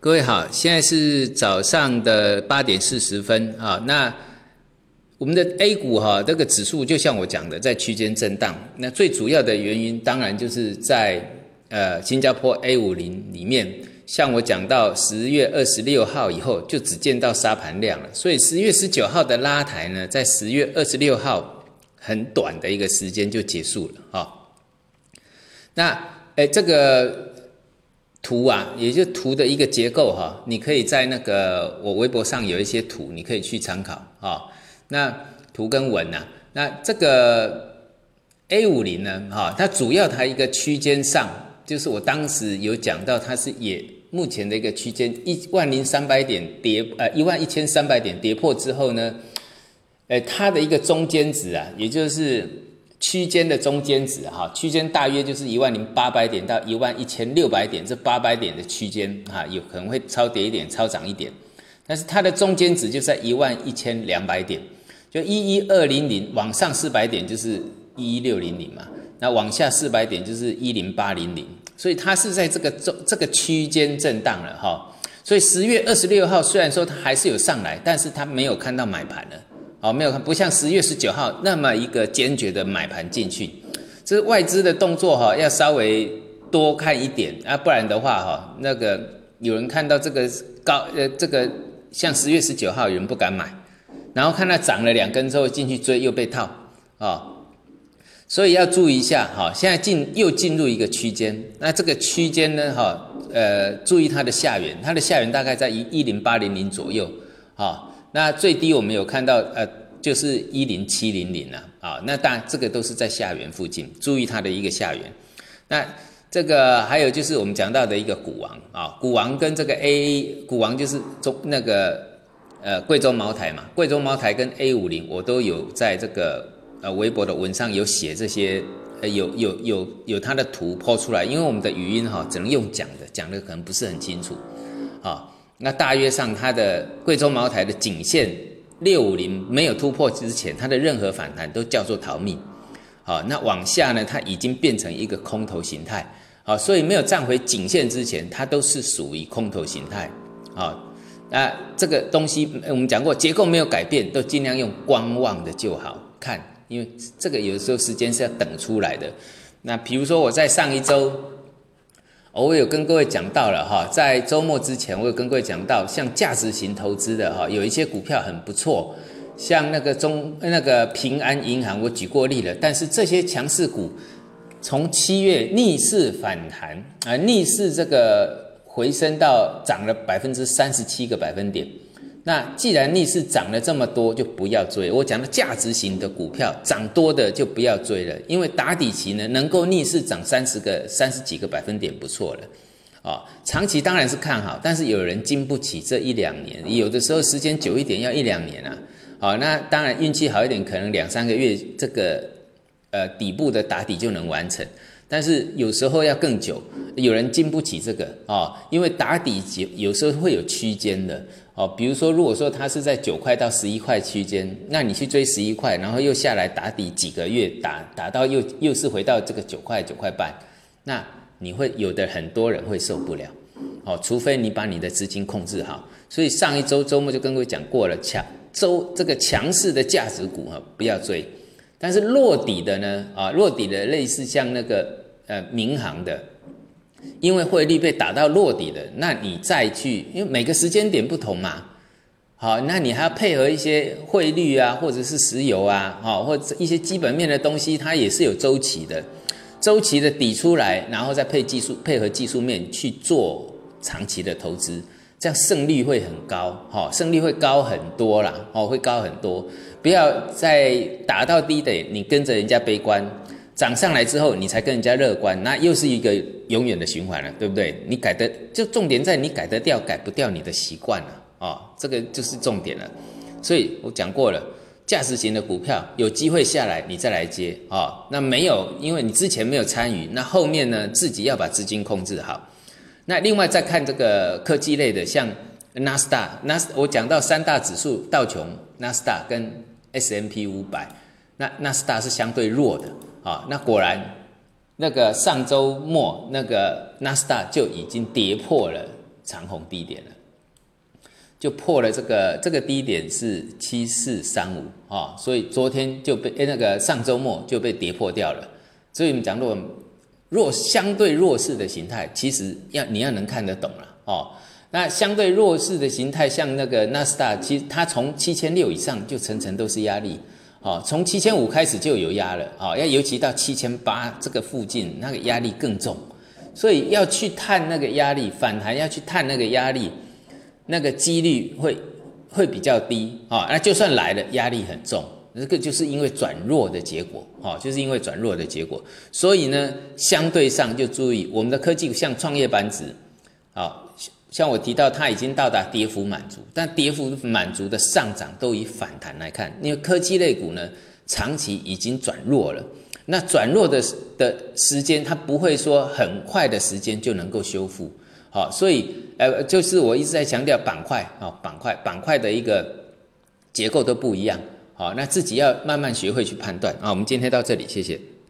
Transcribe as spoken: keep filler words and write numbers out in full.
各位好，现在是早上的八点四十分啊。那我们的 A 股哈，这个指数就像我讲的，在区间震荡。那最主要的原因，当然就是在呃新加坡 A 五十 里面，像我讲到十月二十六号以后，就只见到沙盘量了。所以十月十九号的拉抬呢，在十月二十六号很短的一个时间就结束了哈。那诶这个。图啊，也就图的一个结构哈，你可以在那个我微博上有一些图，你可以去参考啊。那图跟文啊，那这个 A 五十 呢，哈，它主要它一个区间上，就是我当时有讲到，它是也目前的一个区间一万零三百点跌呃一万一千三百点跌破之后呢，呃，它的一个中间值啊，也就是区间的中间值哈，区间大约就是一万零八百点到一万一千六百点，这八百点的区间哈，有可能会超跌一点，超涨一点，但是它的中间值就在一万一千两百点，就一一二零零，往上四百点就是一一六零零嘛，那往下四百点就是一零八零零，所以它是在这个这个区间震荡了哈。所以十月二十六号虽然说它还是有上来，但是它没有看到买盘了。哦，没有看，不像十月十九号那么一个坚决的买盘进去，这是外资的动作哈，要稍微多看一点啊，不然的话哈，那个有人看到这个高呃这个像十月十九号有人不敢买，然后看它涨了两根之后进去追又被套啊、哦，所以要注意一下哈，现在进又进入一个区间，那这个区间呢哈，呃注意它的下缘，它的下缘大概在一一零八零零左右啊。哦，那最低我们有看到，呃，就是一零七零零啊，啊，那当然这个都是在下缘附近，注意它的一个下缘。那这个还有就是我们讲到的一个股王啊，股王跟这个 A 股王就是中那个呃贵州茅台嘛，贵州茅台跟 A 五十 我都有在这个呃微博的文上有写这些，呃有有有有它的图 po 出来，因为我们的语音哈只能用讲的，讲的可能不是很清楚，啊。那大约上它的贵州茅台的颈线六五零没有突破之前，它的任何反弹都叫做逃命。好，那往下呢，它已经变成一个空头形态。好，所以没有站回颈线之前，它都是属于空头形态。好，那这个东西我们讲过，结构没有改变，都尽量用观望的就好看，因为这个有的时候时间是要等出来的。那比如说我在上一周。我有跟各位讲到了哈，在周末之前，我有跟各位讲到，像价值型投资的哈，有一些股票很不错，像那个中那个平安银行，我举过例了。但是这些强势股从七月逆势反弹啊、呃，逆势这个回升到涨了百分之三十七个百分点。那既然逆势涨了这么多，就不要追。我讲的价值型的股票涨多的就不要追了，因为打底期呢能够逆势涨三十个、三十几个百分点不错了，哦，长期当然是看好，但是有人经不起这一两年，有的时候时间久一点要一两年啊，好、哦，那当然运气好一点，可能两三个月这个呃底部的打底就能完成。但是有时候要更久，有人经不起这个哦，因为打底有时候会有区间的哦。比如说，如果说它是在九块到十一块区间，那你去追十一块，然后又下来打底几个月，打打到又又是回到这个九块九块半，那你会有的很多人会受不了哦，除非你把你的资金控制好。所以上一周周末就跟各位讲过了，强周这个强势的价值股啊不要追，但是落底的呢啊落底的类似像那个。呃，民航的，因为汇率被打到落底的，那你再去，因为每个时间点不同嘛，好，那你还要配合一些汇率啊，或者是石油啊，好，或者一些基本面的东西，它也是有周期的，周期的抵出来，然后再配技术，配合技术面去做长期的投资，这样胜率会很高，哈，胜率会高很多啦，哦，会高很多，不要再打到低点，你跟着人家悲观。涨上来之后，你才跟人家乐观，那又是一个永远的循环了，对不对？你改得就重点在你改得掉，改不掉你的习惯了哦，这个就是重点了。所以我讲过了，价值型的股票有机会下来，你再来接哦。那没有，因为你之前没有参与，那后面呢自己要把资金控制好。那另外再看这个科技类的，像纳斯达克，纳斯我讲到三大指数，道琼、纳斯达跟 S and P 五百，那纳斯达是相对弱的。啊，那果然，那个上周末那个纳斯达就已经跌破了长红低点了，就破了这个这个低点是七四三五啊，所以昨天就被诶那个上周末就被跌破掉了。所以我们讲弱弱相对弱势的形态，其实要你要能看得懂了哦。那相对弱势的形态，像那个纳斯达，其实它从七千六以上就层层都是压力。哦，从七千五开始就有压了，哦，要尤其到七千八这个附近，那个压力更重，所以要去探那个压力，反弹要去探那个压力，那个几率会会比较低，哦，那就算来了，压力很重，这个就是因为转弱的结果，哦，就是因为转弱的结果，所以呢，相对上就注意我们的科技股，像创业板指，哦。像我提到，它已经到达跌幅满足，但跌幅满足的上涨都以反弹来看，因为科技类股呢，长期已经转弱了。那转弱的的时间，它不会说很快的时间就能够修复，好，所以呃，就是我一直在强调板块啊，板块板块的一个结构都不一样，好，那自己要慢慢学会去判断啊。我们今天到这里，谢谢。